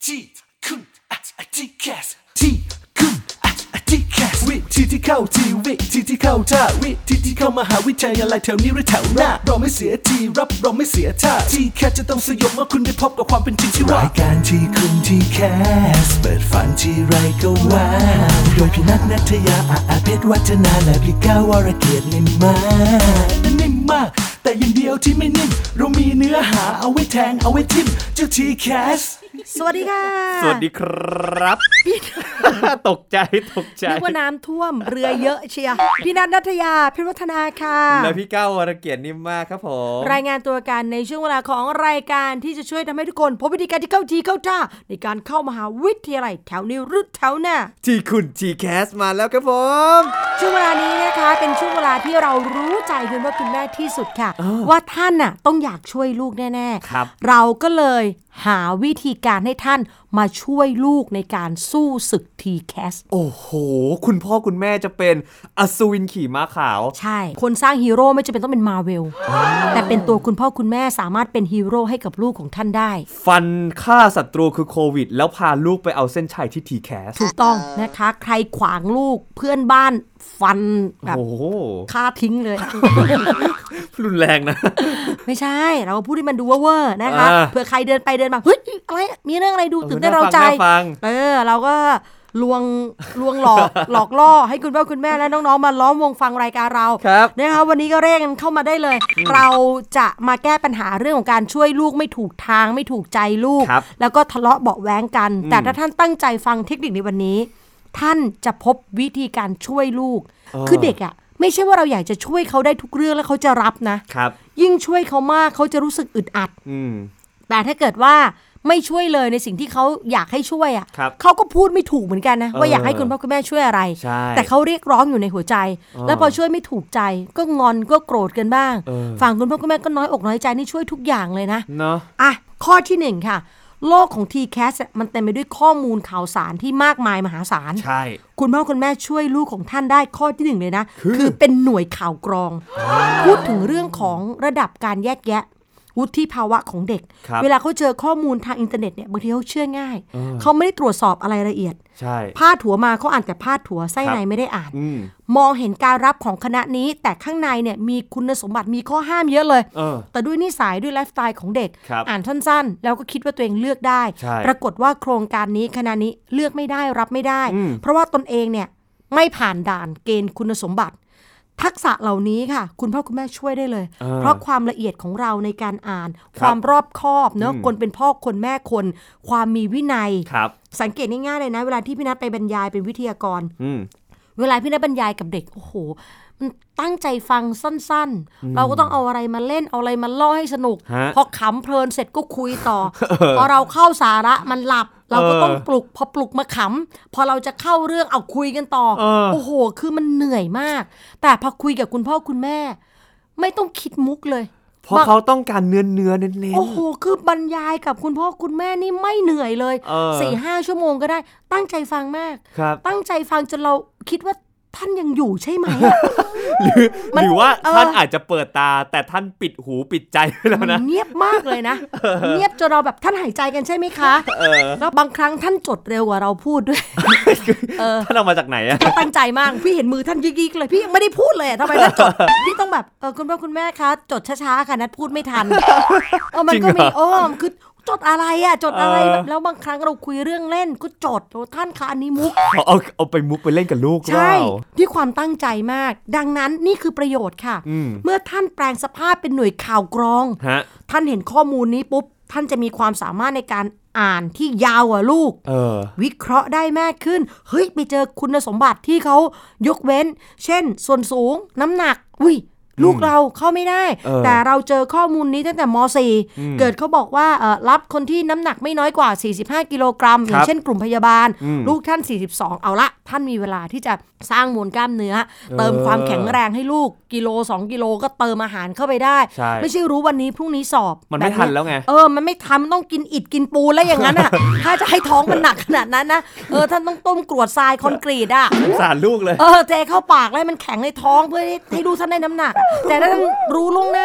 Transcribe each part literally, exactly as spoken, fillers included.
ที่คุณอาจจะแคสที่คุณอาจจะแคสวิธีที่เข้าทีวิธีที่เข้าท่าวิธีที่เข้ามหาวิทยาลัยแถวนี้หรือแถวหน้าเราไม่เสียทีรับเราไม่เสียท่าที่แคสจะต้องสยบเมื่อคุณได้พบกับความเป็นจริงที่ว่ารายการที่คุณที่แคสเปิดฝันที่ไรก็ว่าโดยพี่นัทณัฐยาอาเพชรวัฒนาและพี่ก้าววรเกียรตินิ่มมากนิ่มมากแต่อย่างเดียวที่ไม่นิ่มเรามีเนื้อหาเอาไว้แทงเอาไว้ทิมเจ้าทีแคสสวัสดีค่ะสวัสดีครับตกใจตกใจนึกว่าน้ำท่วมเรือเยอะเชียร์พี่นัทณัฐยาพิวัฒนาค่ะและพี่ก้าววรเกียรตินิ่มมากครับผมรายงานตัวกันในช่วงเวลาของรายการที่จะช่วยทำให้ทุกคนพบวิธีการที่เข้าทีเข้าท่าในการเข้ามหาวิทยาลัยแถวนี้หรือแถวหน้าที่คุณทีแคสมาแล้วครับผมช่วงเวลานี้นะคะเป็นช่วงเวลาที่เรารู้ใจคุณว่าคุณแม่ที่สุดค่ะว่าท่านน่ะต้องอยากช่วยลูกแน่ๆเราก็เลยหาวิธีการให้ท่านมาช่วยลูกในการสู้ศึก ที แคสโอ้โหคุณพ่อคุณแม่จะเป็นอัศวินขี่ม้าขาวใช่คนสร้างฮีโร่ไม่จำเป็นต้องเป็นมาร์เวลแต่เป็นตัวคุณพ่อคุณแม่สามารถเป็นฮีโร่ให้กับลูกของท่านได้ฟันฆ่าศัตรูคือโควิดแล้วพาลูกไปเอาเส้นชัยที่ ที แคสถูกต้องนะคะใครขวางลูกเพื่อนบ้านฟันแบบฆ่าทิ้งเลยรุนแรงนะไม่ใช่เราพูดให้มันดูเว่อร์ๆนะคะเผื่อใครเดินไปเดินมาเฮ้ยอะไรมีเรื่องอะไรดูตื่นเต้นเราใจเออเราก็ลวงลวงหลอกหลอกล่อให้คุณพ่อคุณแม่และน้องๆมาล้อมวงฟังรายการเรานะคะวันนี้ก็เร่งกันเข้ามาได้เลยเราจะมาแก้ปัญหาเรื่องของการช่วยลูกไม่ถูกทางไม่ถูกใจลูกแล้วก็ทะเลาะเบาะแว้งกันแต่ถ้าท่านตั้งใจฟังเทคนิคในวันนี้ท่านจะพบวิธีการช่วยลูกคือเด็กอ่ะไม่ใช่ว่าเราอยากจะช่วยเขาได้ทุกเรื่องแล้วเขาจะรับนะครับยิ่งช่วยเขามากเขาจะรู้สึกอึดอัดแต่ถ้าเกิดว่าไม่ช่วยเลยในสิ่งที่เขาอยากให้ช่วยอ่ะเขาก็พูดไม่ถูกเหมือนกันนะว่าอยากให้คุณพ่อคุณแม่ช่วยอะไรแต่เขาเรียกร้องอยู่ในหัวใจแล้วพอช่วยไม่ถูกใจก็งอนก็โกรธกันบ้างฝั่งคุณพ่อคุณแม่ก็น้อยอกน้อยใจนี่ช่วยทุกอย่างเลยนะเนาะอ่ะข้อที่หนึ่งค่ะโลกของ ที แคส มันเต็มไปด้วยข้อมูลข่าวสารที่มากมายมหาศาลใช่คุณพ่อคุณแม่ช่วยลูกของท่านได้ข้อที่หนึ่งเลยนะ คือ คือเป็นหน่วยข่าวกรองพูดถึงเรื่องของระดับการแยกแยะวุฒิภาวะของเด็กเวลาเขาเจอข้อมูลทางอินเทอร์เน็ตเนี่ยบางทีเขาเชื่อง่ายเขาไม่ได้ตรวจสอบอะไรละเอียดพาดหัวมาเขาอ่านแต่พาดหัวไส้ในไม่ได้อ่านมองเห็นการรับของคณะนี้แต่ข้างในเนี่ยมีคุณสมบัติมีข้อห้ามเยอะเลยแต่ด้วยนิสัยด้วยไลฟ์สไตล์ของเด็กอ่านสั้นๆแล้วก็คิดว่าตัวเองเลือกได้ปรากฏว่าโครงการนี้คณะนี้เลือกไม่ได้รับไม่ได้เพราะว่าตนเองเนี่ยไม่ผ่านด่านเกณฑ์คุณสมบัติทักษะเหล่านี้ค่ะคุณพ่อคุณแม่ช่วยได้เลยเ, เพราะความละเอียดของเราในการอ่านความรอบคอบเนอะคนเป็นพ่อคนแม่คนความมีวินัยสังเกตง่ายๆเลยนะเวลาที่พี่นัทไปบรรยายเป็นวิทยากรเวลาพี่นัทบรรยายกับเด็กโอ้โหมันตั้งใจฟังสั้นๆเราก็ต้องเอาอะไรมาเล่นเอาอะไรมาล่อให้สนุกพอขำเพลินเสร็จก็คุยต่อ พอเราเข้าสาระมันหลับเราก็ต้องปลุกพอปลุกมาขำพอเราจะเข้าเรื่องเอาคุยกันต่อโอ้โหคือมันเหนื่อยมากแต่พอคุยกับคุณพ่อคุณแม่ไม่ต้องคิดมุกเลยเพราะเขาต้องการเนื้อเนื้อเน้นๆโอ้โหคือบรรยายกับคุณพ่อคุณแม่นี่ไม่เหนื่อยเลย สี่ห้า ชั่วโมงก็ได้ตั้งใจฟังมากตั้งใจฟังจนเราคิดว่าท่านยังอยู่ใช่ไหมหรือหรือว่าท่านอาจจะเปิดตาแต่ท่านปิดหูปิดใจไปแล้วนะเงียบมากเลยนะเงียบจนเราแบบท่านหายใจกันใช่ไหมคะแล้วบางครั้งท่านจดเร็วกว่าเราพูดด้วยท่านเอามาจากไหนอะตั้งใจมากพี่เห็นมือท่านยิกๆเลยพี่ยังไม่ได้พูดเลยทำไมท่านจดพี่ต้องแบบเออคุณพ่อคุณแม่คะจดช้าๆค่ะนัดพูดไม่ทันเออมันก็มีโอ้คือจดอะไรอ่ะจดอะไรแล้วบางครั้งเราคุยเรื่องเล่นก็จดโอ้ท่านคะอันนี้มุกเอาเอาเอาไปมุกไปเล่นกับลูกใช่ที่ความตั้งใจมากดังนั้นนี่คือประโยชน์ค่ะเมื่อท่านแปลงสภาพเป็นหน่วยข่าวกรองท่านเห็นข้อมูลนี้ปุ๊บท่านจะมีความสามารถในการอ่านที่ยาวกว่าลูกวิเคราะห์ได้มากขึ้นเฮ้ยไปเจอคุณสมบัติที่เขายกเว้นเช่นส่วนสูงน้ำหนักอุ้ยลูกเราเข้าไม่ได้แต่เราเจอข้อมูลนี้ตั้งแต่ม.สี่ เกิดเขาบอกว่ารับคนที่น้ำหนักไม่น้อยกว่าสี่สิบห้ากิโลกรัมอย่างเช่นกลุ่มพยาบาลลูกท่านสี่สิบสองเอาละท่านมีเวลาที่จะสร้างมวลกล้ามเนื้อเติมความแข็งแรงให้ลูกกิโลสองกิโลก็เติมอาหารเข้าไปได้ไม่ใช่รู้วันนี้พรุ่งนี้สอบมันไม่ทันแล้วไงเออมันไม่ทันต้องกินอิฐกินปูนแล้วอย่างนั้นอ่ะถ้าจะให้ท้องมันหนักขนาดนั้นนะเออท่านต้องต้มกรวดทรายคอนกรีตอ่ะสงสารลูกเลยเออเจเข้าปากแล้วมันแข็งในท้องเพื่อให้ลูกท่านได้น้ำหนักแต่ถ้ารู้ล่วงหน้า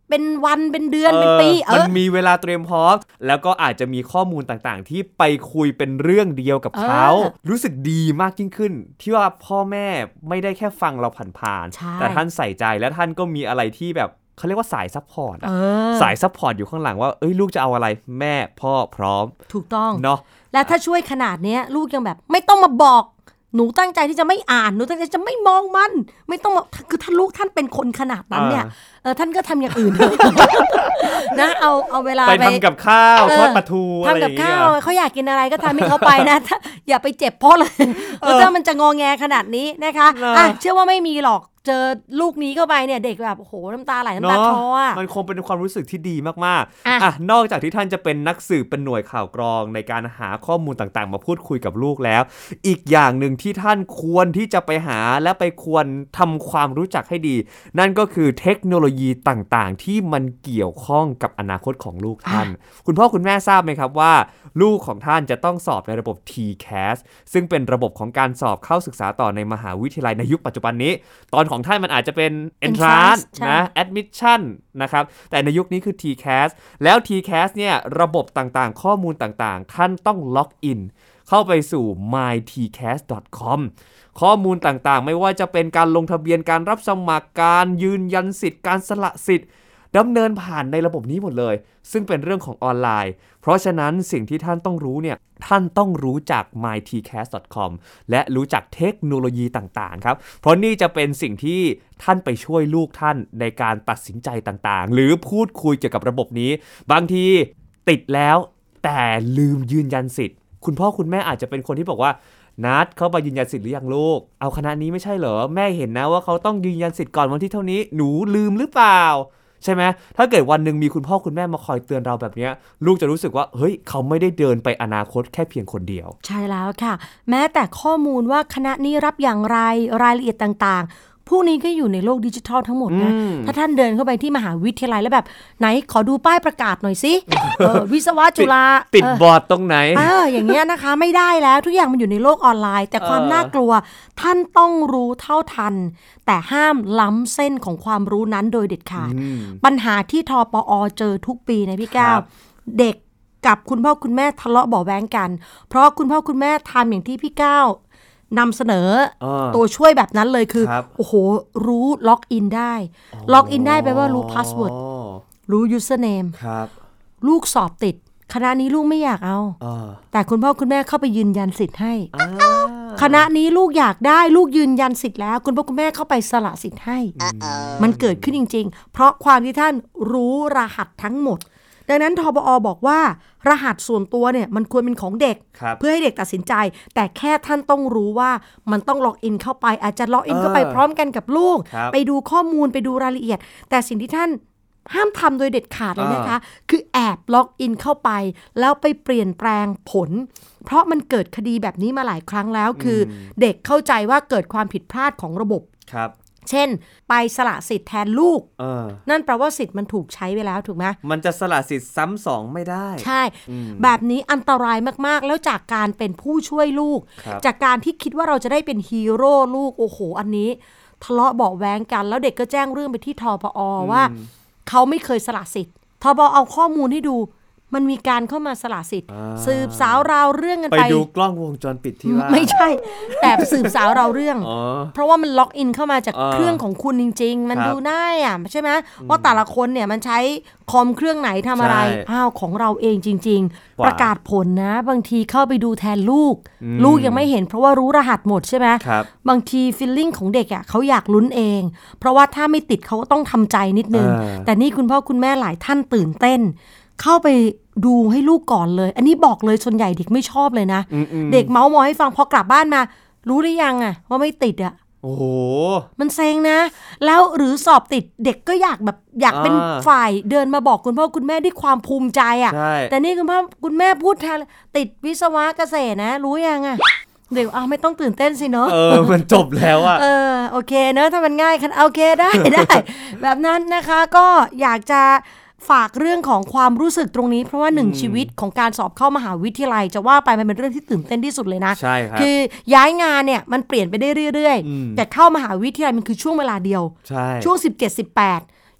เป็นวันเป็นเดือนเป็นปีเออมันมีเวลาเตรียมพร้อมแล้วก็อาจจะมีข้อมูลต่างๆที่ไปคุยเป็นเรื่องเดียวกับเขารู้สึกดีมากยิ่งขึ้นที่ว่าพ่อแม่ไม่ได้แค่ฟังเราผ่านๆแต่ท่านใส่ใจและท่านก็มีอะไรที่แบบเขาเรียกว่าสายซัพพอร์ตสายซัพพอร์ตอยู่ข้างหลังว่าเอ้ยลูกจะเอาอะไรแม่พ่อพร้อมถูกต้องเนาะแล้วถ้าช่วยขนาดนี้ลูกยังแบบไม่ต้องมาบอกหนูตั้งใจที่จะไม่อ่านหนูตั้งใจจะไม่มองมันไม่ต้องคือถ้าลูกท่านเป็นคนขนาดนั้นเนี่ยเออท่านก็ทำอย่างอื่นเถอะนะเอาเอาเวลาไปทำกับข้าวทอดปลาทูอะไรอย่างเงี้ยทำกับข้าวเขาอยากกินอะไรก็ทำให้เขาไปนะอย่าไปเจ็บพ่อเลยเพราะถ้ามันจะงอแงขนาดนี้นะคะอ่ะเชื่อว่าไม่มีหรอกเจอลูกนี้เข้าไปเนี่ยเด็กแบบโอ้โหน้ำตาไหลน้ำตาคลออ่ะมันคงเป็นความรู้สึกที่ดีมากๆอ่ะนอกจากที่ท่านจะเป็นนักสืบเป็นหน่วยข่าวกรองในการหาข้อมูลต่างๆมาพูดคุยกับลูกแล้วอีกอย่างหนึ่งที่ท่านควรที่จะไปหาและไปควรทำความรู้จักให้ดีนั่นก็คือเทคโนโลยีต่างๆที่มันเกี่ยวข้องกับอนาคตของลูกท่านคุณพ่อคุณแม่ทราบไหมครับว่าลูกของท่านจะต้องสอบในระบบ ที แคส ซึ่งเป็นระบบของการสอบเข้าศึกษาต่อในมหาวิทยาลัยในยุคปัจจุบันนี้ตอนของท่านมันอาจจะเป็น Entrance นะ Admission นะครับแต่ในยุคนี้คือ ที แคส แล้ว ที แคส เนี่ยระบบต่างๆข้อมูลต่างๆท่านต้องล็อกอินเข้าไปสู่ มาย ที แคส ดอท คอม ข้อมูลต่างๆไม่ว่าจะเป็นการลงทะเบียนการรับสมัครการยืนยันสิทธิ์การสละสิทธิ์ดำเนินผ่านในระบบนี้หมดเลยซึ่งเป็นเรื่องของออนไลน์เพราะฉะนั้นสิ่งที่ท่านต้องรู้เนี่ยท่านต้องรู้จัก มาย ที แคส ดอท คอม และรู้จักเทคโนโลยีต่างๆครับเพราะนี่จะเป็นสิ่งที่ท่านไปช่วยลูกท่านในการตัดสินใจต่างๆหรือพูดคุยเกี่ยวกับระบบนี้บางทีติดแล้วแต่ลืมยืนยันสิทธิ์คุณพ่อคุณแม่อาจจะเป็นคนที่บอกว่านัดเขาไปยืนยันสิทธิ์หรือยังลูกเอาคณะนี้ไม่ใช่เหรอแม่เห็นนะว่าเขาต้องยืนยันสิทธิ์ก่อนวันที่เท่านี้หนูลืมหรือเปล่าใช่ไหมถ้าเกิดวันหนึ่งมีคุณพ่อคุณแม่มาคอยเตือนเราแบบนี้ลูกจะรู้สึกว่าเฮ้ยเขาไม่ได้เดินไปอนาคตแค่เพียงคนเดียวใช่แล้วค่ะแม้แต่ข้อมูลว่าคณะนี้รับอย่างไรรายละเอียดต่างๆพวกนี้ก็อยู่ในโลกดิจิทัลทั้งหมดนะถ้าท่านเดินเข้าไปที่มหาวิทยาลัยแล้วแบบไหนขอดูป้ายประกาศหน่อยสิ วิศวะจุฬาติดบอร์ดตรงไหนเอออย่างเงี้ยนะคะไม่ได้แล้วทุกอย่างมันอยู่ในโลกออนไลน์แต่ความน่ากลัวท่านต้องรู้เท่าทันแต่ห้ามล้ำเส้นของความรู้นั้นโดยเด็ดขาดปัญหาที่ทปอ.เจอทุกปีนะพี่ก้าวเด็กกับคุณพ่อคุณแม่ทะเลาะเบาะแว้งกันเพราะคุณพ่อคุณแม่ทำอย่างที่พี่ก้าวนำเสนอตัวช่วยแบบนั้นเลยคือโอ้โหรู้ล็อกอินได้ล็อกอินได้แปลว่ารู้พาสเวิร์ดรู้ยูสเซอร์เนมลูกสอบติดคณะนี้ลูกไม่อยากเอาแต่คุณพ่อคุณแม่เข้าไปยืนยันสิทธิ์ให้คณะนี้ลูกอยากได้ลูกยืนยันสิทธิ์แล้วคุณพ่อคุณแม่เข้าไปสละสิทธิ์ให้มันเกิดขึ้นจริงๆเพราะความที่ท่านรู้รหัสทั้งหมดดังนั้นทบอ.บอกว่ารหัสส่วนตัวเนี่ยมันควรเป็นของเด็กเพื่อให้เด็กตัดสินใจแต่แค่ท่านต้องรู้ว่ามันต้องล็อกอินเข้าไปอาจจะล็อกอินเข้าไปพร้อมกันกับลูกไปดูข้อมูลไปดูรายละเอียดแต่สิ่งที่ท่านห้ามทำโดยเด็ดขาดเลยนะคะคือแอบล็อกอินเข้าไปแล้วไปเปลี่ยนแปลงผลเพราะมันเกิดคดีแบบนี้มาหลายครั้งแล้วคือเด็กเข้าใจว่าเกิดความผิดพลาดของระบบเช่นไปสละสิทธิ์แทนลูกนั่นแปลว่าสิทธิ์มันถูกใช้ไปแล้วถูกไหมมันจะสละสิทธิ์ซ้ำสองไม่ได้ใช่แบบนี้อันตรายมากๆแล้วจากการเป็นผู้ช่วยลูกจากการที่คิดว่าเราจะได้เป็นฮีโร่ลูกโอ้โหอันนี้ทะเลาะเบาะแว้งกันแล้วเด็กก็แจ้งเรื่องไปที่ทปอ.ว่าเขาไม่เคยสละสิทธิ์ทบอ.เอาข้อมูลให้ดูมันมีการเข้ามาสละสิทธิ์สืบสาวราวเรื่องกันไปไปดูกล้องวงจรปิดที่ว่าไม่ใช่แต่สืบสาวราวเรื่องเพราะว่ามันล็อกอินเข้ามาจากเครื่องของคุณจริงๆมันดูได้อะใช่ไหมว่าแต่ละคนเนี่ยมันใช้คอมเครื่องไหนทำอะไรอ้าวของเราเองจริงๆประกาศผลนะบางทีเข้าไปดูแทนลูกลูกยังไม่เห็นเพราะว่ารู้รหัสหมดใช่ไหมบางทีฟีลลิ่งของเด็กอ่ะเขาอยากลุ้นเองเพราะว่าถ้าไม่ติดเขาก็ต้องทำใจนิดนึงแต่นี่คุณพ่อคุณแม่หลายท่านตื่นเต้นเข้าไปดูให้ลูกก่อนเลยอันนี้บอกเลยส่วนใหญ่เด็กไม่ชอบเลยนะเด็กเมาส์มอยให้ฟังพอกลับบ้านมารู้หรือยังอะว่าไม่ติดอะโอ้โหมันเซ็งนะแล้วหรือสอบติดเด็กก็อยากแบบอยากเป็นฝ่ายเดินมาบอกคุณพ่อคุณแม่ด้วยความภูมิใจอะแต่นี่คุณพ่อคุณแม่พูดแทนติดวิศวะเกษตรนะรู้ยังอะเดี๋ยวอ้าวไม่ต้องตื่นเต้นสิเนาะเออมันจบแล้วอะเออโอเคเนอะถ้ามันง่ายคันโอเคได้ได้แบบนั้นนะคะก็อยากจะฝากเรื่องของความรู้สึกตรงนี้เพราะว่าหนึ่งชีวิตของการสอบเข้ามหาวิทยาลัยจะว่าไปมันเป็นเรื่องที่ตื่นเต้นที่สุดเลยนะใช่ครับคือย้ายงานเนี่ยมันเปลี่ยนไปได้เรื่อยๆแต่เข้ามหาวิทยาลัยมันคือช่วงเวลาเดียวใช่ช่วงสิบเจ็ด สิบแปด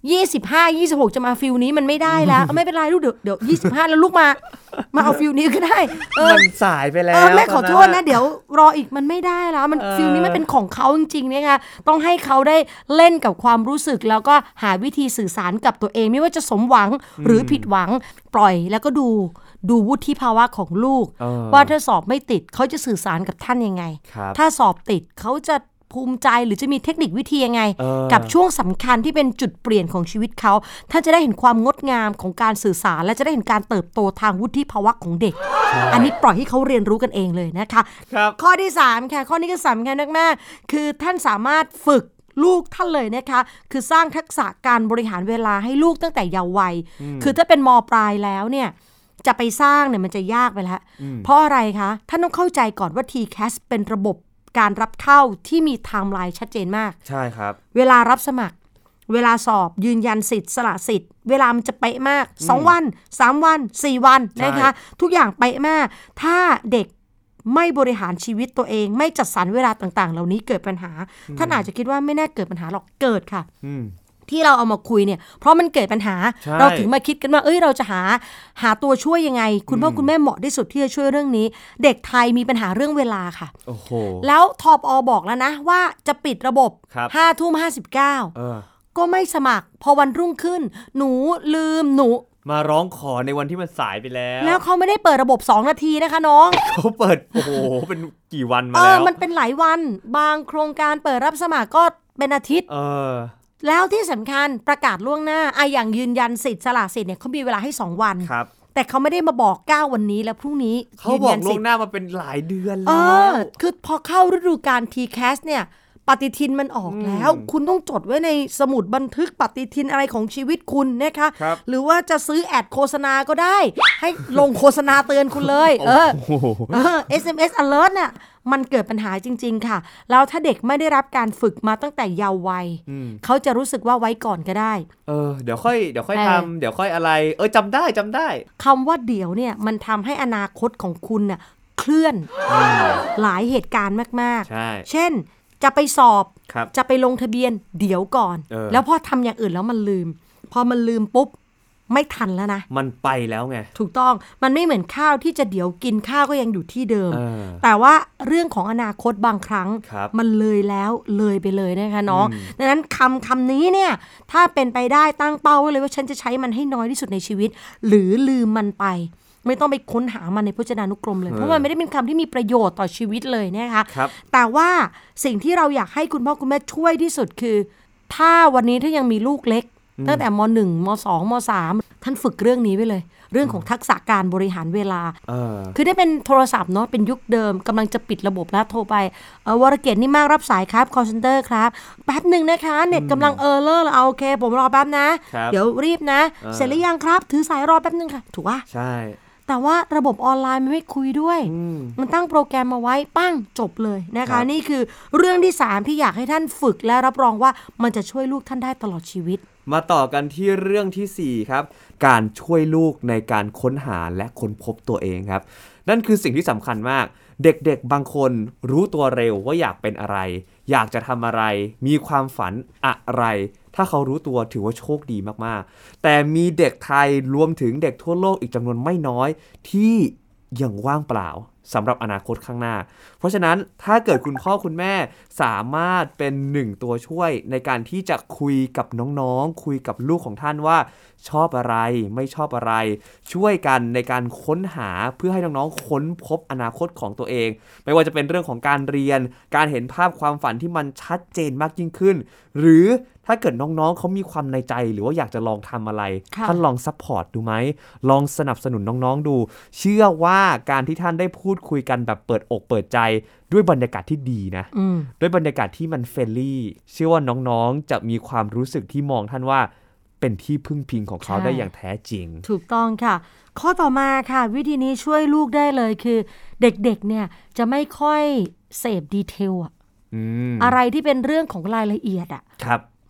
ยี่สิบห้า ยี่สิบหกจะมาฟิลนี้มันไม่ได้แล้ว ไม่เป็นไรลูกเดี๋ยวเดี๋ยวยี่สิบห้าแล้วลูกมามาเอาฟิลนี้ก็ได้เออมันสายไปแล้วแม่ขอโทษนะเดี๋ยวรออีกมันไม่ได้แล้วมันฟิลนี้มันเป็นของเขาจริงๆเนี่ยค่ะต้องให้เขาได้เล่นกับความรู้สึกแล้วก็หาวิธีสื่อสารกับตัวเองไม่ว่าจะสมหวังหรือผิดหวังปล่อยแล้วก็ดูดูวุฒิภาวะของลูกว่าถ้าสอบไม่ติดเขาจะสื่อสารกับท่านยังไงถ้าสอบติดเขาจะภูมิใจหรือจะมีเทคนิควิธียังไงกับช่วงสำคัญที่เป็นจุดเปลี่ยนของชีวิตเขาท่านจะได้เห็นความงดงามของการสื่อสารและจะได้เห็นการเติบโตทางวุฒิภาวะของเด็กอันนี้ปล่อยให้เขาเรียนรู้กันเองเลยนะคะข้อที่สามค่ะข้อนี้ก็สำคัญมากๆคือท่านสามารถฝึกลูกท่านเลยนะคะคือสร้างทักษะการบริหารเวลาให้ลูกตั้งแต่เยาว์วัยคือถ้าเป็นม.ปลายแล้วเนี่ยจะไปสร้างเนี่ยมันจะยากไปแล้วเพราะอะไรคะท่านต้องเข้าใจก่อนว่า ที แคส เป็นระบบการรับเข้าที่มีไทม์ไลน์ชัดเจนมากใช่ครับเวลารับสมัครเวลาสอบยืนยันสิทธิ์สละสิทธิ์เวลามันจะเป๊ะมากสองวันสามวันสี่วันนะคะทุกอย่างเป๊ะมากถ้าเด็กไม่บริหารชีวิตตัวเองไม่จัดสรรเวลาต่างๆเหล่านี้เกิดปัญหาท่านอาจจะคิดว่าไม่แน่เกิดปัญหาหรอกเกิดค่ะที่เราเอามาคุยเนี่ยเพราะมันเกิดปัญหาเราถึงมาคิดกันว่าเอ้ยเราจะหาหาตัวช่วยยังไงคุณพ่อคุณแม่เหมาะที่สุดที่จะช่วยเรื่องนี้เด็กไทยมีปัญหาเรื่องเวลาค่ะโอ้โหแล้วทปอบอกแล้วนะว่าจะปิดระบบห้าทุ่มห้าสิบเก้าก็ไม่สมัครพอวันรุ่งขึ้นหนูลืมหนูมาร้องขอในวันที่มันสายไปแล้วแล้วเขาไม่ได้เปิดระบบสองนาทีนะคะน้องเขาเปิดโอ้โหเป็นกี่วันมาแล้วเออมันเป็นหลายวันบางโครงการเปิดรับสมัครก็เป็นอาทิตย์เออแล้วที่สำคัญประกาศล่วงหน้าไอ้อย่างยืนยันสิทธิ์สละสิทธิ์เนี่ยเขามีเวลาให้สองวันครับแต่เขาไม่ได้มาบอกเก้าวันนี้แล้วพรุ่งนี้เขาบอกล่วงหน้ามาเป็นหลายเดือนแล้วเออคือพอเข้าฤดูกาล ที แคส เนี่ยปฏิทินมันออกแล้วคุณต้องจดไว้ในสมุดบันทึกปฏิทินอะไรของชีวิตคุณนะคะหรือว่าจะซื้อแอดโฆษณาก็ได้ให้ลงโฆษณาเตือนคุณเลยเออเออ เอส เอ็ม เอส alert น่ะมันเกิดปัญหาจริงๆค่ะแล้วถ้าเด็กไม่ได้รับการฝึกมาตั้งแต่เยาว์วัยเขาจะรู้สึกว่าไว้ก่อนก็ได้เออเดี๋ยวค่อยเดี๋ยวค่อยทำเดี๋ยวค่อยอะไรเออจำได้จำได้คำว่าเดี๋ยวเนี่ยมันทำให้อนาคตของคุณน่ะเคลื่อนหลายเหตุการณ์มากๆเช่นจะไปสอบจะไปลงทะเบียนเดี๋ยวก่อนแล้วพอทำอย่างอื่นแล้วมันลืมพอมันลืมปุ๊บไม่ทันแล้วนะมันไปแล้วไงถูกต้องมันไม่เหมือนข้าวที่จะเดี๋ยวกินข้าวก็ยังอยู่ที่เดิมแต่ว่าเรื่องของอนาคตบางครั้งมันเลยแล้วเลยไปเลยนะคะน้องดังนั้นคำคำนี้เนี่ยถ้าเป็นไปได้ตั้งเป้าไว้เลยว่าฉันจะใช้มันให้น้อยที่สุดในชีวิตหรือลืมมันไปไม่ต้องไปค้นหามันในพจนานุกรมเลยเพราะมันไม่ได้เป็นคำที่มีประโยชน์ต่อชีวิตเลยนะคะแต่ว่าสิ่งที่เราอยากให้คุณพ่อคุณแม่ช่วยที่สุดคือถ้าวันนี้ถ้ายังมีลูกเล็กตั้งแต่ม.หนึ่ง ม.สอง ม.สาม ท่านฝึกเรื่องนี้ไว้เลยเรื่องของทักษะการบริหารเวลาคือได้เป็นโทรศัพท์เนาะเป็นยุคเดิมกำลังจะปิดระบบแล้วโทรไปเออวรเกตนี่มากรับสายครับ call center ครับแป๊บหนึ่งนะคะเน็ตกำลังเออเลอร์เอาโอเคผมรอแป๊บนะเดี๋ยวรีบนะเสร็จหรือยังครับถือสายรอแป๊บนึงค่ะถูกป่ะใช่แต่ว่าระบบออนไลน์มันไม่คุยด้วยมันตั้งโปรแกรมมาไว้ปั้งจบเลยนะคะนี่คือเรื่องที่สามที่อยากให้ท่านฝึกและรับรองว่ามันจะช่วยลูกท่านได้ตลอดชีวิตมาต่อกันที่เรื่องที่สี่ครับการช่วยลูกในการค้นหาและค้นพบตัวเองครับนั่นคือสิ่งที่สำคัญมากเด็กๆบางคนรู้ตัวเร็วว่าอยากเป็นอะไรอยากจะทำอะไรมีความฝันอะไรถ้าเขารู้ตัวถือว่าโชคดีมากๆแต่มีเด็กไทยรวมถึงเด็กทั่วโลกอีกจำนวนไม่น้อยที่ยังว่างเปล่าสำหรับอนาคตข้างหน้าเพราะฉะนั้นถ้าเกิดคุณพ่อคุณแม่สามารถเป็นหนึ่งตัวช่วยในการที่จะคุยกับน้องๆคุยกับลูกของท่านว่าชอบอะไรไม่ชอบอะไรช่วยกันในการค้นหาเพื่อให้น้องๆค้นพบอนาคตของตัวเองไม่ว่าจะเป็นเรื่องของการเรียนการเห็นภาพความฝันที่มันชัดเจนมากยิ่งขึ้นหรือถ้าเกิดน้องๆเขามีความในใจหรือว่าอยากจะลองทำอะไรท่านลองซัพพอร์ตดูไหมลองสนับสนุนน้องๆดูเชื่อว่าการที่ท่านได้พูดคุยกันแบบเปิดอกเปิดใจด้วยบรรยากาศที่ดีนะด้วยบรรยากาศที่มันเฟรนลี่เชื่อว่าน้องๆจะมีความรู้สึกที่มองท่านว่าเป็นที่พึ่งพิงของเขาได้อย่างแท้จริงถูกต้องค่ะข้อต่อมาค่ะวิธีนี้ช่วยลูกได้เลยคือเด็กๆเนี่ยจะไม่ค่อยเสพดีเทลอะอะไรที่เป็นเรื่องของรายละเอียดอะครับ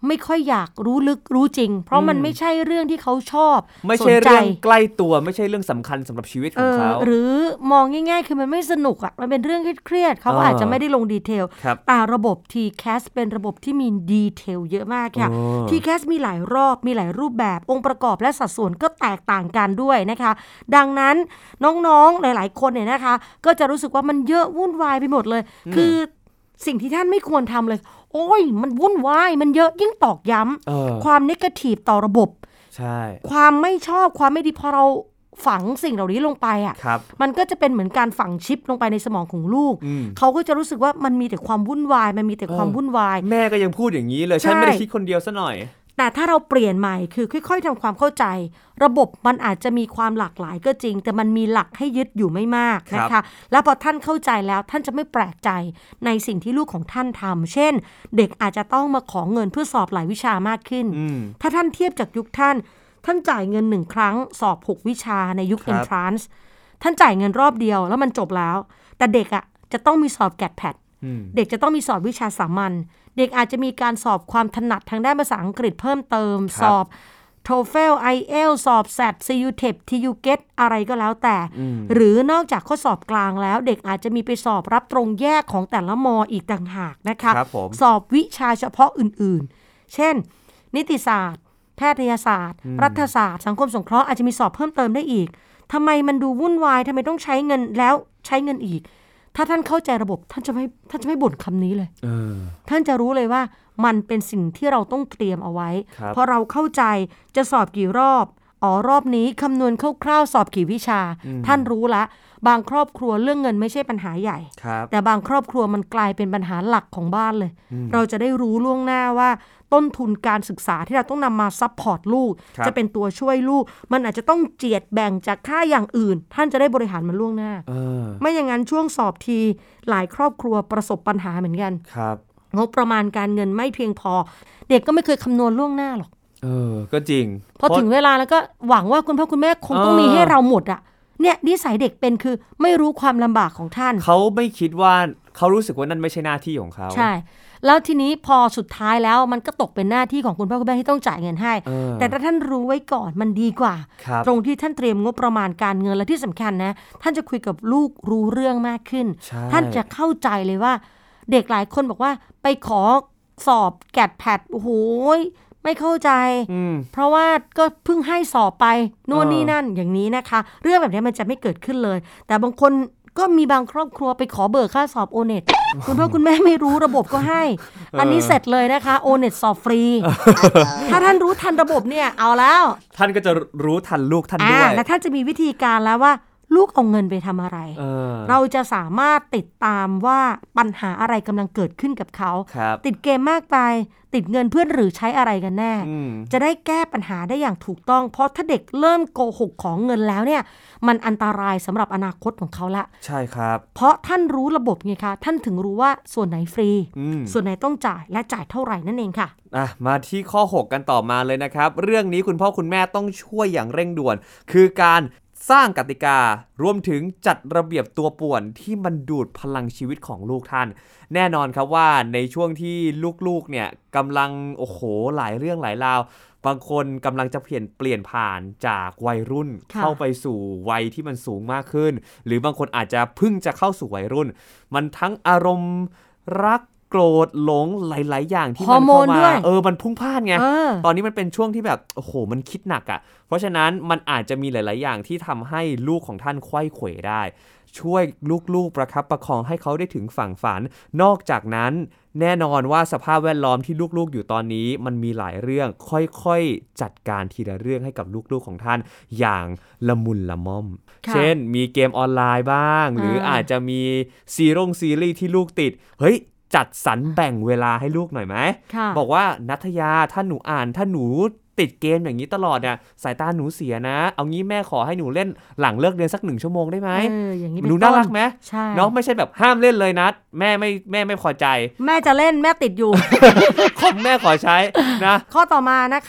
ไม่ค่อยอยากรู้ลึกรู้จริงเพราะมันไม่ใช่เรื่องที่เขาชอบไม่ใช่เรื่องใกล้ตัวไม่ใช่เรื่องสำคัญสำหรับชีวิตของเขาหรือมองง่ายๆคือมันไม่สนุกอ่ะมันเป็นเรื่องเครียดๆเขาก็อาจจะไม่ได้ลงดีเทลแต่ระบบ ที แคส เป็นระบบที่มีดีเทลเยอะมากค่ะ ที แคส มีหลายรอบมีหลายรูปแบบองค์ประกอบและสัดส่วนก็แตกต่างกันด้วยนะคะดังนั้นน้องๆหลายๆคนเนี่ยนะคะก็จะรู้สึกว่ามันเยอะวุ่นวายไปหมดเลยคือสิ่งที่ท่านไม่ควรทำเลยโอ้ยมันวุ่นวายมันเยอะยิ่งตอกย้ำความเนกาทีฟต่อระบบใช่ความไม่ชอบความไม่ดีพอเราฝังสิ่งเหล่านี้ลงไปอ่ะมันก็จะเป็นเหมือนการฝังชิปลงไปในสมองของลูกเขาก็จะรู้สึกว่ามันมีแต่ความวุ่นวายมันมีแต่ความวุ่นวายแม่ก็ยังพูดอย่างนี้เลยฉันไม่ได้คิดคนเดียวซะหน่อยแต่ถ้าเราเปลี่ยนใหม่คือค่อยๆทำความเข้าใจระบบมันอาจจะมีความหลากหลายก็จริงแต่มันมีหลักให้ยึดอยู่ไม่มากนะคะแล้วพอท่านเข้าใจแล้วท่านจะไม่แปลกใจในสิ่งที่ลูกของท่านทำเช่นเด็กอาจจะต้องมาขอเงินเพื่อสอบหลายวิชามากขึ้นถ้าท่านเทียบจากยุคท่านท่านจ่ายเงินหนึ่งครั้งสอบหกวิชาในยุค Entrance ท่านจ่ายเงินรอบเดียวแล้วมันจบแล้วแต่เด็กอ่ะจะต้องมีสอบ แกท แพด เด็กจะต้องมีสอบวิชาสามัญเด็กอาจจะมีการสอบความถนัดทางด้านภาษาอังกฤษเพิ่มเติมสอบ โทเฟล ไอ เอล สอบ แซด ซี ยู ที อี พี ที ยู เกต อะไรก็แล้วแต่หรือนอกจากข้อสอบกลางแล้วเด็กอาจจะมีไปสอบรับตรงแยกของแต่ละม.อีกต่างหากนะคะสอบวิชาเฉพาะอื่นๆเช่นนิติศาสตร์แพทยศาสตร์รัฐศาสตร์สังคมสงเคราะห์อาจจะมีสอบเพิ่มเติมได้อีกทำไมมันดูวุ่นวายทำไมต้องใช้เงินแล้วใช้เงินอีกถ้าท่านเข้าใจระบบท่านจะไม่ท่านจะไม่บ่นคำนี้เลยท่านจะรู้เลยว่ามันเป็นสิ่งที่เราต้องเตรียมเอาไว้พอเราเข้าใจจะสอบกี่รอบอ๋อรอบนี้คำนวณคร่าวๆสอบกี่วิชาท่านรู้ละบางครอบครัวเรื่องเงินไม่ใช่ปัญหาใหญ่แต่บางครอบครัวมันกลายเป็นปัญหาหลักของบ้านเลยเราจะได้รู้ล่วงหน้าว่าต้นทุนการศึกษาที่เราต้องนำมาซัพพอร์ตลูกจะเป็นตัวช่วยลูกมันอาจจะต้องเจียดแบ่งจากค่าอย่างอื่นท่านจะได้บริหารมันล่วงหน้าไม่อย่างนั้นช่วงสอบทีหลายครอบครัวประสบปัญหาเหมือนกันงบประมาณการเงินไม่เพียงพอเด็กก็ไม่เคยคำนวณล่วงหน้าหรอกเออก็จริงพอถึงเวลาแล้วก็หวังว่าคุณพ่อคุณแม่คงต้องมีให้เราหมดอ่ะเนี่ยนิสัยเด็กเป็นคือไม่รู้ความลำบากของท่านเขาไม่คิดว่าเขารู้สึกว่านั่นไม่ใช่หน้าที่ของเขาใช่แล้วทีนี้พอสุดท้ายแล้วมันก็ตกเป็นหน้าที่ของคุณพ่อคุณแม่ที่ต้องจ่ายเงินให้แต่ถ้าท่านรู้ไว้ก่อนมันดีกว่าตรงที่ท่านเตรียมงบประมาณการเงินและที่สำคัญนะท่านจะคุยกับลูกรู้เรื่องมากขึ้นท่านจะเข้าใจเลยว่าเด็กหลายคนบอกว่าไปขอสอบ แกท แพด โอ้โหไม่เข้าใจเพราะว่าก็เพิ่งให้สอบไปโน่นนี่นั่นอย่างนี้นะคะเรื่องแบบนี้มันจะไม่เกิดขึ้นเลยแต่บางคนก็มีบางครอบครัวไปขอเบิกค่าสอบ โอ เน็ต คุณพ่อคุณแม่ไม่รู้ระบบก็ให้อันนี้เสร็จเลยนะคะ โอ เน็ต สอบฟรีถ้าท่านรู้ทันระบบเนี่ยเอาแล้วท่านก็จะรู้ทันลูกท่านด้วยและท่านจะมีวิธีการแล้วว่าลูกเอาเงินไปทำอะไรเเราจะสามารถติดตามว่าปัญหาอะไรกำลังเกิดขึ้นกับเขาติดเกมมากไปติดเงินเพื่อนหรือใช้อะไรกันแน่จะได้แก้ปัญหาได้อย่างถูกต้องเพราะถ้าเด็กเริ่มโกหกของเงินแล้วเนี่ยมันอันตรายสำหรับอนาคตของเขาละใช่ครับเพราะท่านรู้ระบบไงคะท่านถึงรู้ว่าส่วนไหนฟรีส่วนไหนต้องจ่ายและจ่ายเท่าไหร่นั่นเองค่ะอ่ะมาที่ข้อหกกันต่อมาเลยนะครับเรื่องนี้คุณพ่อคุณแม่ต้องช่วยอย่างเร่งด่วนคือการสร้างกติการวมถึงจัดระเบียบตัวป่วนที่มันดูดพลังชีวิตของลูกท่านแน่นอนครับว่าในช่วงที่ลูกๆเนี่ยกำลังโอ้โหหลายเรื่องหลายราวบางคนกำลังจะเปลี่ยนเปลี่ยนผ่านจากวัยรุ่นเข้าไปสู่วัยที่มันสูงมากขึ้นหรือบางคนอาจจะเพิ่งจะเข้าสู่วัยรุ่นมันทั้งอารมณ์รักโกรธหลงหลายๆอย่างที่มันเข้ามาเออมันพุ่งพล่านไงตอนนี้มันเป็นช่วงที่แบบโอ้โหมันคิดหนักอ่ะเพราะฉะนั้นมันอาจจะมีหลายๆอย่างที่ทำให้ลูกของท่านไขว้เขวได้ช่วยลูกๆประคับประคองให้เขาได้ถึงฝั่งฝันนอกจากนั้นแน่นอนว่าสภาพแวดล้อมที่ลูกๆอยู่ตอนนี้มันมีหลายเรื่องค่อยๆจัดการทีละเรื่องให้กับลูกๆของท่านอย่างละมุนละม่อมเช่นมีเกมออนไลน์บ้างหรืออาจจะมีซีรีส์ซีรีส์ที่ลูกติดเฮ้ยจัดสรรแบ่งเวลาให้ลูกหน่อยไหมบอกว่านัทยาถ้าหนูอ่านถ้าหนูติดเกมอย่างนี้ตลอดเนี่ยสายตาหนูเสียนะเอางี้แม่ขอให้หนูเล่นหลังเลิกเรียนสักหนึ่งชั่วโมงได้ไหมหนูน่ารักไหมเนาะไม่ใช่แบบห้ามเล่นเลยนัทแม่ไม่แม่ไม่พอใจแม่จะเล่นแม่ติดอยู่คอมแม่ขอใช้นะข้อต่อมานะคะ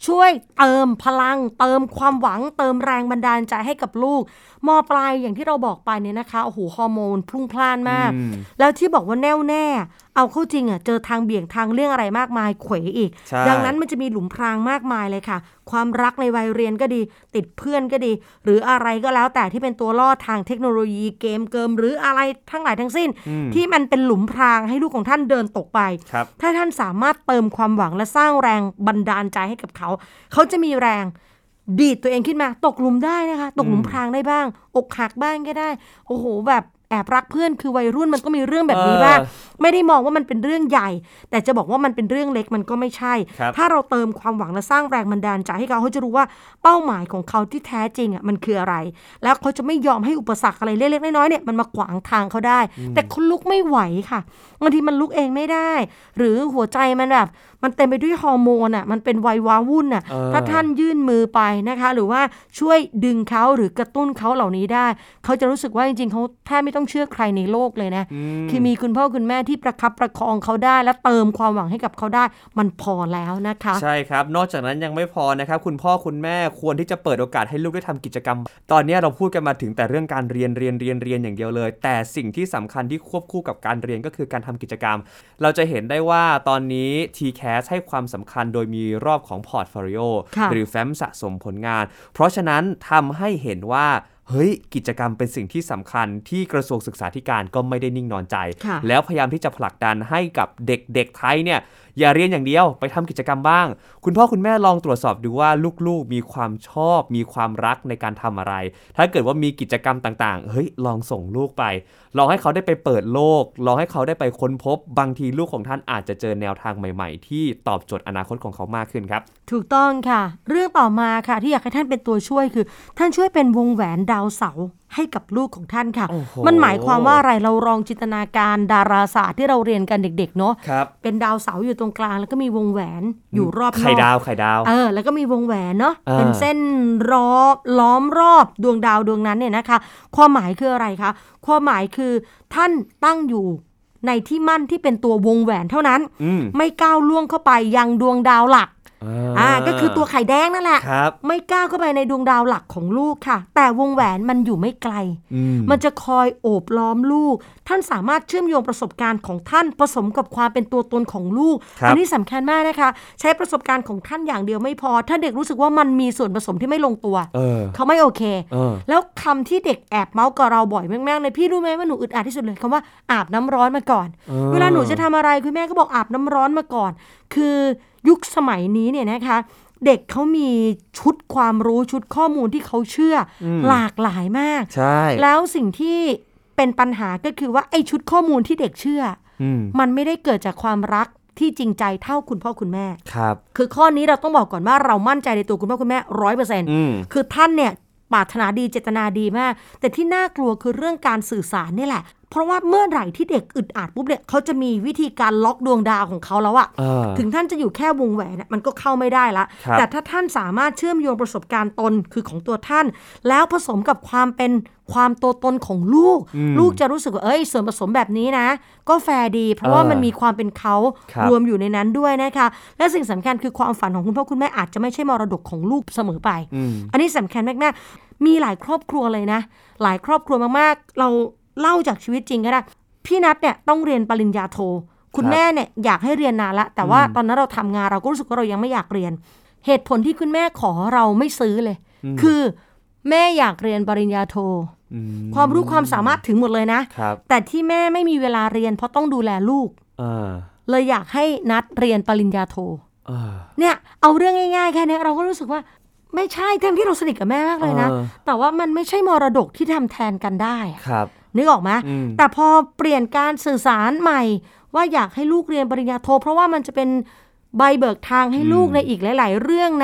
ช่วยเติมพลังเติมความหวังเติมแรงบันดาลใจให้กับลูกม.ปลายอย่างที่เราบอกไปเนี่ยนะคะโอ้โหฮอร์โมนพลุ่งพล่านมากแล้วที่บอกว่าแน่วแน่เอาเข้าจริงอ่ะเจอทางเบี่ยงทางเรื่องอะไรมากมายเขวอีกดังนั้นมันจะมีหลุมพรางมากมายเลยค่ะความรักในวัยเรียนก็ดีติดเพื่อนก็ดีหรืออะไรก็แล้วแต่ที่เป็นตัวล่อทางเทคโนโลยีเกมเกิมหรืออะไรทั้งหลายทั้งสิ้นที่มันเป็นหลุมพรางให้ลูกของท่านเดินตกไปถ้าท่านสามารถเติมความหวังและสร้างแรงบันดาลใจให้กับเขาเขาจะมีแรงดีดตัวเองขึ้นมาตกหลุมได้นะคะตกหลุมพรางได้บ้างอกหักบ้างก็ได้โอ้โหแบบแอบรักเพื่อนคือวัยรุ่นมันก็มีเรื่องแบบนี้บ้างไม่ได้มองว่ามันเป็นเรื่องใหญ่แต่จะบอกว่ามันเป็นเรื่องเล็กมันก็ไม่ใช่ถ้าเราเติมความหวังและสร้างแรงบันดาลใจให้เขาเขาจะรู้ว่าเป้าหมายของเขาที่แท้จริงอ่ะมันคืออะไรแล้วเขาจะไม่ยอมให้อุปสรรคอะไรเล็กๆน้อยๆเนี่ยมันมาขวางทางเขาได้แต่คนลุกไม่ไหวค่ะบางทีมันลุกเองไม่ได้หรือหัวใจมันแบบมันเต็มไปด้วยฮอร์โมนอ่ะมันเป็นวัยว้าวุ่นอ่ะถ้าท่านยื่นมือไปนะคะหรือว่าช่วยดึงเขาหรือกระตุ้นเขาเหล่านี้ได้เขาจะรู้สึกว่าจริงๆเขาแทบไม่ต้องเชื่อใครในโลกเลยนะคือมีคุณพ่อคุณแม่ที่ประคับประคองเขาได้และเติมความหวังให้กับเขาได้มันพอแล้วนะคะใช่ครับนอกจากนั้นยังไม่พอนะครับคุณพ่อคุณแม่ควรที่จะเปิดโอกาสให้ลูกได้ทำกิจกรรมตอนนี้เราพูดกันมาถึงแต่เรื่องการเรียนเรียนเรียนเรียนอย่างเดียวเลยแต่สิ่งที่สำคัญที่ควบคู่กับการเรียนก็คือการทำกิจกรรมเราจะเห็นได้ว่าตอนนี้ ที แคส ให้ความสำคัญโดยมีรอบของพอร์ตโฟลิโอหรือแฟ้มสะสมผลงานเพราะฉะนั้นทำให้เห็นว่าเฮ้ยกิจกรรมเป็นสิ่งที่สำคัญที่กระทรวงศึกษาธิการก็ไม่ได้นิ่งนอนใจแล้วพยายามที่จะผลักดันให้กับเด็กๆไทยเนี่ยอย่าเรียนอย่างเดียวไปทำกิจกรรมบ้างคุณพ่อคุณแม่ลองตรวจสอบดูว่าลูกๆมีความชอบมีความรักในการทำอะไรถ้าเกิดว่ามีกิจกรรมต่างๆเฮ้ยลองส่งลูกไปลองให้เขาได้ไปเปิดโลกลองให้เขาได้ไปค้นพบบางทีลูกของท่านอาจจะเจอแนวทางใหม่ๆที่ตอบโจทย์อนาคตของเขามากขึ้นครับถูกต้องค่ะเรื่องต่อมาค่ะที่อยากให้ท่านเป็นตัวช่วยคือท่านช่วยเป็นวงแหวนดาวเสาร์ให้กับลูกของท่านค่ะมันหมายความว่าอะไรเราลองจินตนาการดาราศาสตร์ที่เราเรียนกันเด็กๆเนาะเป็นดาวเสาร์อยู่ตรงกลางแล้วก็มีวงแหวนอยู่รอบนอกไข่ดาวไข่ดาวเออแล้วก็มีวงแหวนเนาะเป็นเส้นรอบล้อมรอบดวงดาวดวงนั้นเนี่ยนะคะความหมายคืออะไรคะความหมายคือท่านตั้งอยู่ในที่มั่นที่เป็นตัววงแหวนเท่านั้นไม่ก้าวล่วงเข้าไปยังดวงดาวหลักอ่าก็คือตัวไข่แดงนั่นแหละไม่ก้าวเข้าไปในดวงดาวหลักของลูกค่ะแต่วงแหวนมันอยู่ไม่ไกลมมันจะคอยโอบล้อมลูกท่านสามารถเชื่อมโยงประสบการณ์ของท่านผสมกับความเป็นตัวตนของลูกอันนี้สำคัญมากนะคะใช้ประสบการณ์ของท่านอย่างเดียวไม่พอถ้าเด็กรู้สึกว่ามันมีส่วนผสมที่ไม่ลงตัว เออ เขาไม่โอเคเออแล้วคำที่เด็กแอบเมาส์กับเราบ่อยมากๆเลยพี่รู้ไหมว่าหนูอึดอัดที่สุดเลยคำว่าอาบน้ำร้อนมาก่อนเออ เวลาหนูจะทำอะไรคุณแม่ก็บอกอาบน้ำร้อนมาก่อนคือยุคสมัยนี้เนี่ยนะคะเด็กเขามีชุดความรู้ชุดข้อมูลที่เขาเชื่อหลากหลายมากใช่แล้วสิ่งที่เป็นปัญหาก็คือว่าไอ้ชุดข้อมูลที่เด็กเชื่อมันไม่ได้เกิดจากความรักที่จริงใจเท่าคุณพ่อคุณแม่ครับคือข้อนี้เราต้องบอกก่อนว่าเรามั่นใจในตัวคุณพ่อคุณแม่ ร้อยเปอร์เซ็นต์ คือท่านเนี่ยปรารถนาดีเจตนาดีมากแต่ที่น่ากลัวคือเรื่องการสื่อสารนี่แหละเพราะว่าเมื่อไหร่ที่เด็กอึดอัดปุ๊บเนี่ยเขาจะมีวิธีการล็อกดวงดาวของเขาแล้วอะถึงท่านจะอยู่แค่วงแหวนมันก็เข้าไม่ได้ละแต่ถ้าท่านสามารถเชื่อมโยงประสบการณ์ตนคือของตัวท่านแล้วผสมกับความเป็นความตัวตนของลูกลูกจะรู้สึกว่าเอ้ยส่วนผสมแบบนี้นะก็แฟร์ดีเพราะว่ามันมีความเป็นเขารวมอยู่ในนั้นด้วยนะคะและสิ่งสำคัญคือความฝันของคุณพ่อคุณแม่อาจจะไม่ใช่มรดกของลูกเสมอไปอันนี้สำคัญมากๆมีหลายครอบครัวเลยนะหลายครอบครัวมากๆเราเล่าจากชีวิตจริงก็ได้พี่นัทเนี่ยต้องเรียนปริญญาโทคุณแม่เนี่ยอยากให้เรียนนานละแต่ว่าตอนนั้นเราทำงานเราก็รู้สึกว่าเรายังไม่อยากเรียนเหตุผลที่คุณแม่ขอเราไม่ซื้อเลยคือแม่อยากเรียนปริญญาโทความรู้ความสามารถถึงหมดเลยนะแต่ที่แม่ไม่มีเวลาเรียนเพราะต้องดูแลลูกเลยอยากให้นัทเรียนปริญญาโทเนี่ยเอาเรื่องง่ายๆแค่นี้เราก็รู้สึกว่าไม่ใช่ทั้งที่เราสนิทกับแม่มากเลยนะแต่ว่ามันไม่ใช่มรดกที่ทำแทนกันได้ครับนึกออกไหมแต่พอเปลี่ยนการสื่อสารใหม่ว่าอยากให้ลูกเรียนปริญญาโทเพราะว่ามันจะเป็นใบเบิกทางให้ลูกในอีกหลายๆเรื่องนะ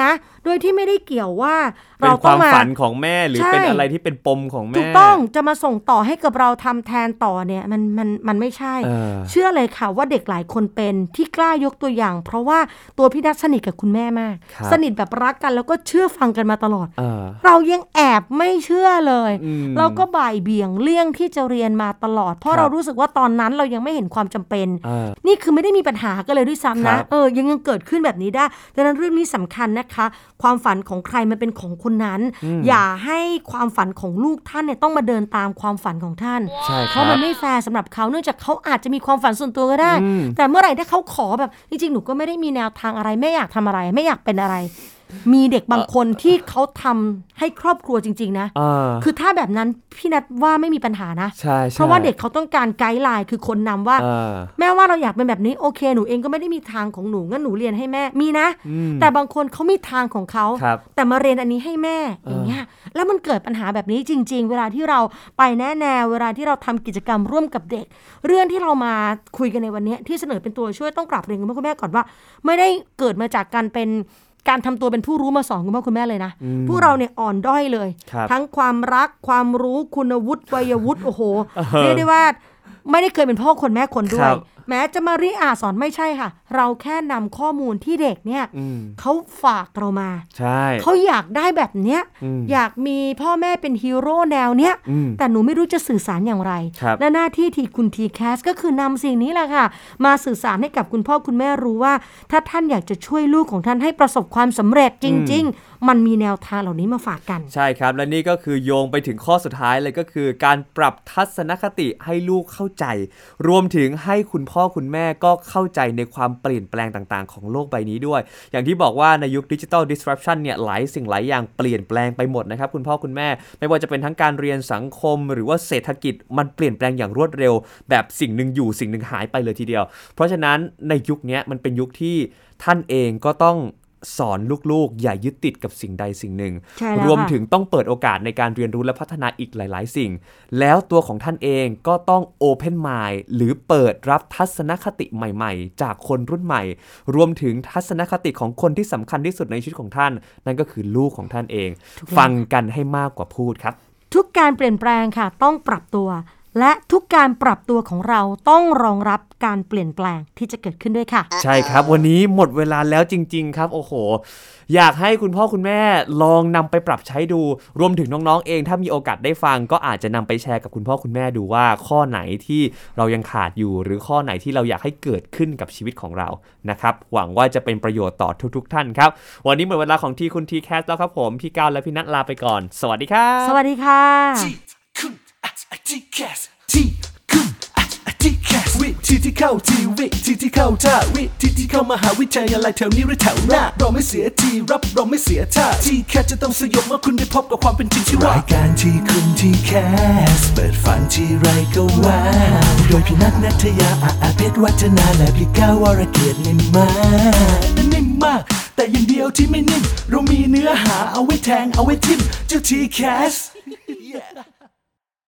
โดยที่ไม่ได้เกี่ยวว่าเราต้องมาเป็นความฝันของแม่หรือเป็นอะไรที่เป็นปมของแม่ถูกต้องจะมาส่งต่อให้กับเราทำแทนต่อเนี่ยมันมันมันไม่ใช่เ, เชื่อเลยค่ะว่าเด็กหลายคนเป็นที่กล้ายกตัวอย่างเพราะว่าตัวพี่นัทสนิทกับคุณแม่มากสนิทแบบรักกันแล้วก็เชื่อฟังกันมาตลอดเ, เรายังแอบไม่เชื่อเลยเราก็บ่ายเบี่ยงเลี่ยงที่จะเรียนมาตลอดเพราะเรารู้สึกว่าตอนนั้นเรายังไม่เห็นความจำเป็นนี่คือไม่ได้มีปัญหากันเลยด้วยซ้ำนะเออยังยังเกิดขึ้นแบบนี้ได้ดังนั้นเรื่องนี้สำคัญนะคะความฝันของใครมันเป็นของคนนั้นอย่าให้ความฝันของลูกท่านเนี่ยต้องมาเดินตามความฝันของท่านเพราะมันไม่แฟร์สำหรับเขาเนื่องจากเขาอาจจะมีความฝันส่วนตัวก็ได้แต่เมื่อไหร่ถ้าเขาขอแบบจริงๆหนูก็ไม่ได้มีแนวทางอะไรไม่อยากทำอะไรไม่อยากเป็นอะไรมีเด็กบางคนที่เขาทำให้ครอบครัวจริงๆนะคือถ้าแบบนั้นพี่นัทว่าไม่มีปัญหานะเพราะว่าเด็กเขาต้องการไกด์ไลน์คือคนนำว่าแม่ว่าเราอยากเป็นแบบนี้โอเคหนูเองก็ไม่ได้มีทางของหนูงั้นหนูเรียนให้แม่มีนะแต่บางคนเขามีทางของเขาแต่มาเรียนอันนี้ให้แม่อย่างเงี้ยแล้วมันเกิดปัญหาแบบนี้จริงๆเวลาที่เราไปแน่แนวเวลาที่เราทำกิจกรรมร่วมกับเด็กเรื่องที่เรามาคุยกันในวันนี้ที่เสนอเป็นตัวช่วยต้องกลับเรียนคุณพ่อคุณแม่ก่อนว่าไม่ได้เกิดมาจากการเป็นการทำตัวเป็นผู้รู้มาสอนคุณพ่อคุณแม่เลยนะพวกเราเนี่ยอ่อนด้อยเลยทั้งความรักความรู้คุณวุฒิวัยวุฒิโอ้โหเรียกได้ว่าไม่ได้เคยเป็นพ่อคนแม่คนด้วยแม้จะมาริอาสอนไม่ใช่ค่ะเราแค่นำข้อมูลที่เด็กเนี่ยเขาฝากเรามาเขาอยากได้แบบเนี้ยอยากมีพ่อแม่เป็นฮีโร่แนวเนี้ยแต่หนูไม่รู้จะสื่อสารอย่างไรและหน้าที่ที่คุณทีแคสก็คือนำสิ่งนี้แหละค่ะมาสื่อสารให้กับคุณพ่อคุณแม่รู้ว่าถ้าท่านอยากจะช่วยลูกของท่านให้ประสบความสำเร็จจริงๆมันมีแนวทางเหล่านี้มาฝากกันใช่ครับและนี่ก็คือโยงไปถึงข้อสุดท้ายเลยก็คือการปรับทัศนคติให้ลูกเข้าใจรวมถึงให้คุณพ่อคุณแม่ก็เข้าใจในความเปลี่ยนแปลงต่างๆของโลกใบนี้ด้วยอย่างที่บอกว่าในยุค Digital Disruption เนี่ยหลายสิ่งหลายอย่างเปลี่ยนแปลงไปหมดนะครับคุณพ่อคุณแม่ไม่ว่าจะเป็นทั้งการเรียนสังคมหรือว่าเศรษฐกิจมันเปลี่ยนแปลงอย่างรวดเร็วแบบสิ่งนึงอยู่สิ่งนึงหายไปเลยทีเดียวเพราะฉะนั้นในยุคนี้มันเป็นยุคที่ท่านเองก็ต้องสอนลูกๆอย่ายึดติดกับสิ่งใดสิ่งหนึ่งรวมถึงต้องเปิดโอกาสในการเรียนรู้และพัฒนาอีกหลายๆสิ่งแล้วตัวของท่านเองก็ต้อง Open Mind หรือเปิดรับทัศนคติใหม่ๆจากคนรุ่นใหม่รวมถึงทัศนคติของคนที่สำคัญที่สุดในชีวิตของท่านนั่นก็คือลูกของท่านเองฟังกันให้มากกว่าพูดครับทุกการเปลี่ยนแปลงค่ะต้องปรับตัวและทุกการปรับตัวของเราต้องรองรับการเปลี่ยนแปลงที่จะเกิดขึ้นด้วยค่ะใช่ครับวันนี้หมดเวลาแล้วจริงๆครับโอ้โหอยากให้คุณพ่อคุณแม่ลองนำไปปรับใช้ดูรวมถึงน้องๆเองถ้ามีโอกาสได้ฟังก็อาจจะนำไปแชร์กับคุณพ่อคุณแม่ดูว่าข้อไหนที่เรายังขาดอยู่หรือข้อไหนที่เราอยากให้เกิดขึ้นกับชีวิตของเรานะครับหวังว่าจะเป็นประโยชน์ต่อทุกๆท่านครับวันนี้หมดเวลาของทีคุณทีแคสแล้วครับผมพี่ก้าวและพี่นัทลาไปก่อนสวัสดีครับสวัสดีค่ะที่คุณที่แคสวิธีที่เข้าทีวิธีที่เข้าท่าวิธีที่เข้ามหาวิทยาลัยแถวนี้หรือแถวหน้าเราไม่เสียทีรับเราไม่เสียท่าที่แคสจะต้องสยบเมื่อคุณได้พบกับความเป็นจริงที่ว่ารายการที่คุณที่แคสเปิดฝันที่ไรก็ว้าวโดยพี่นัทณัฐยาอาเพชรวัฒนาและพี่ก้าววรเกียรตินิ่มมากนิ่มมากแต่อย่างเดียวที่ไม่นิ่มเรามีเนื้อหาเอาไว้แทงเอาไว้ทิมเจ้าทีแคส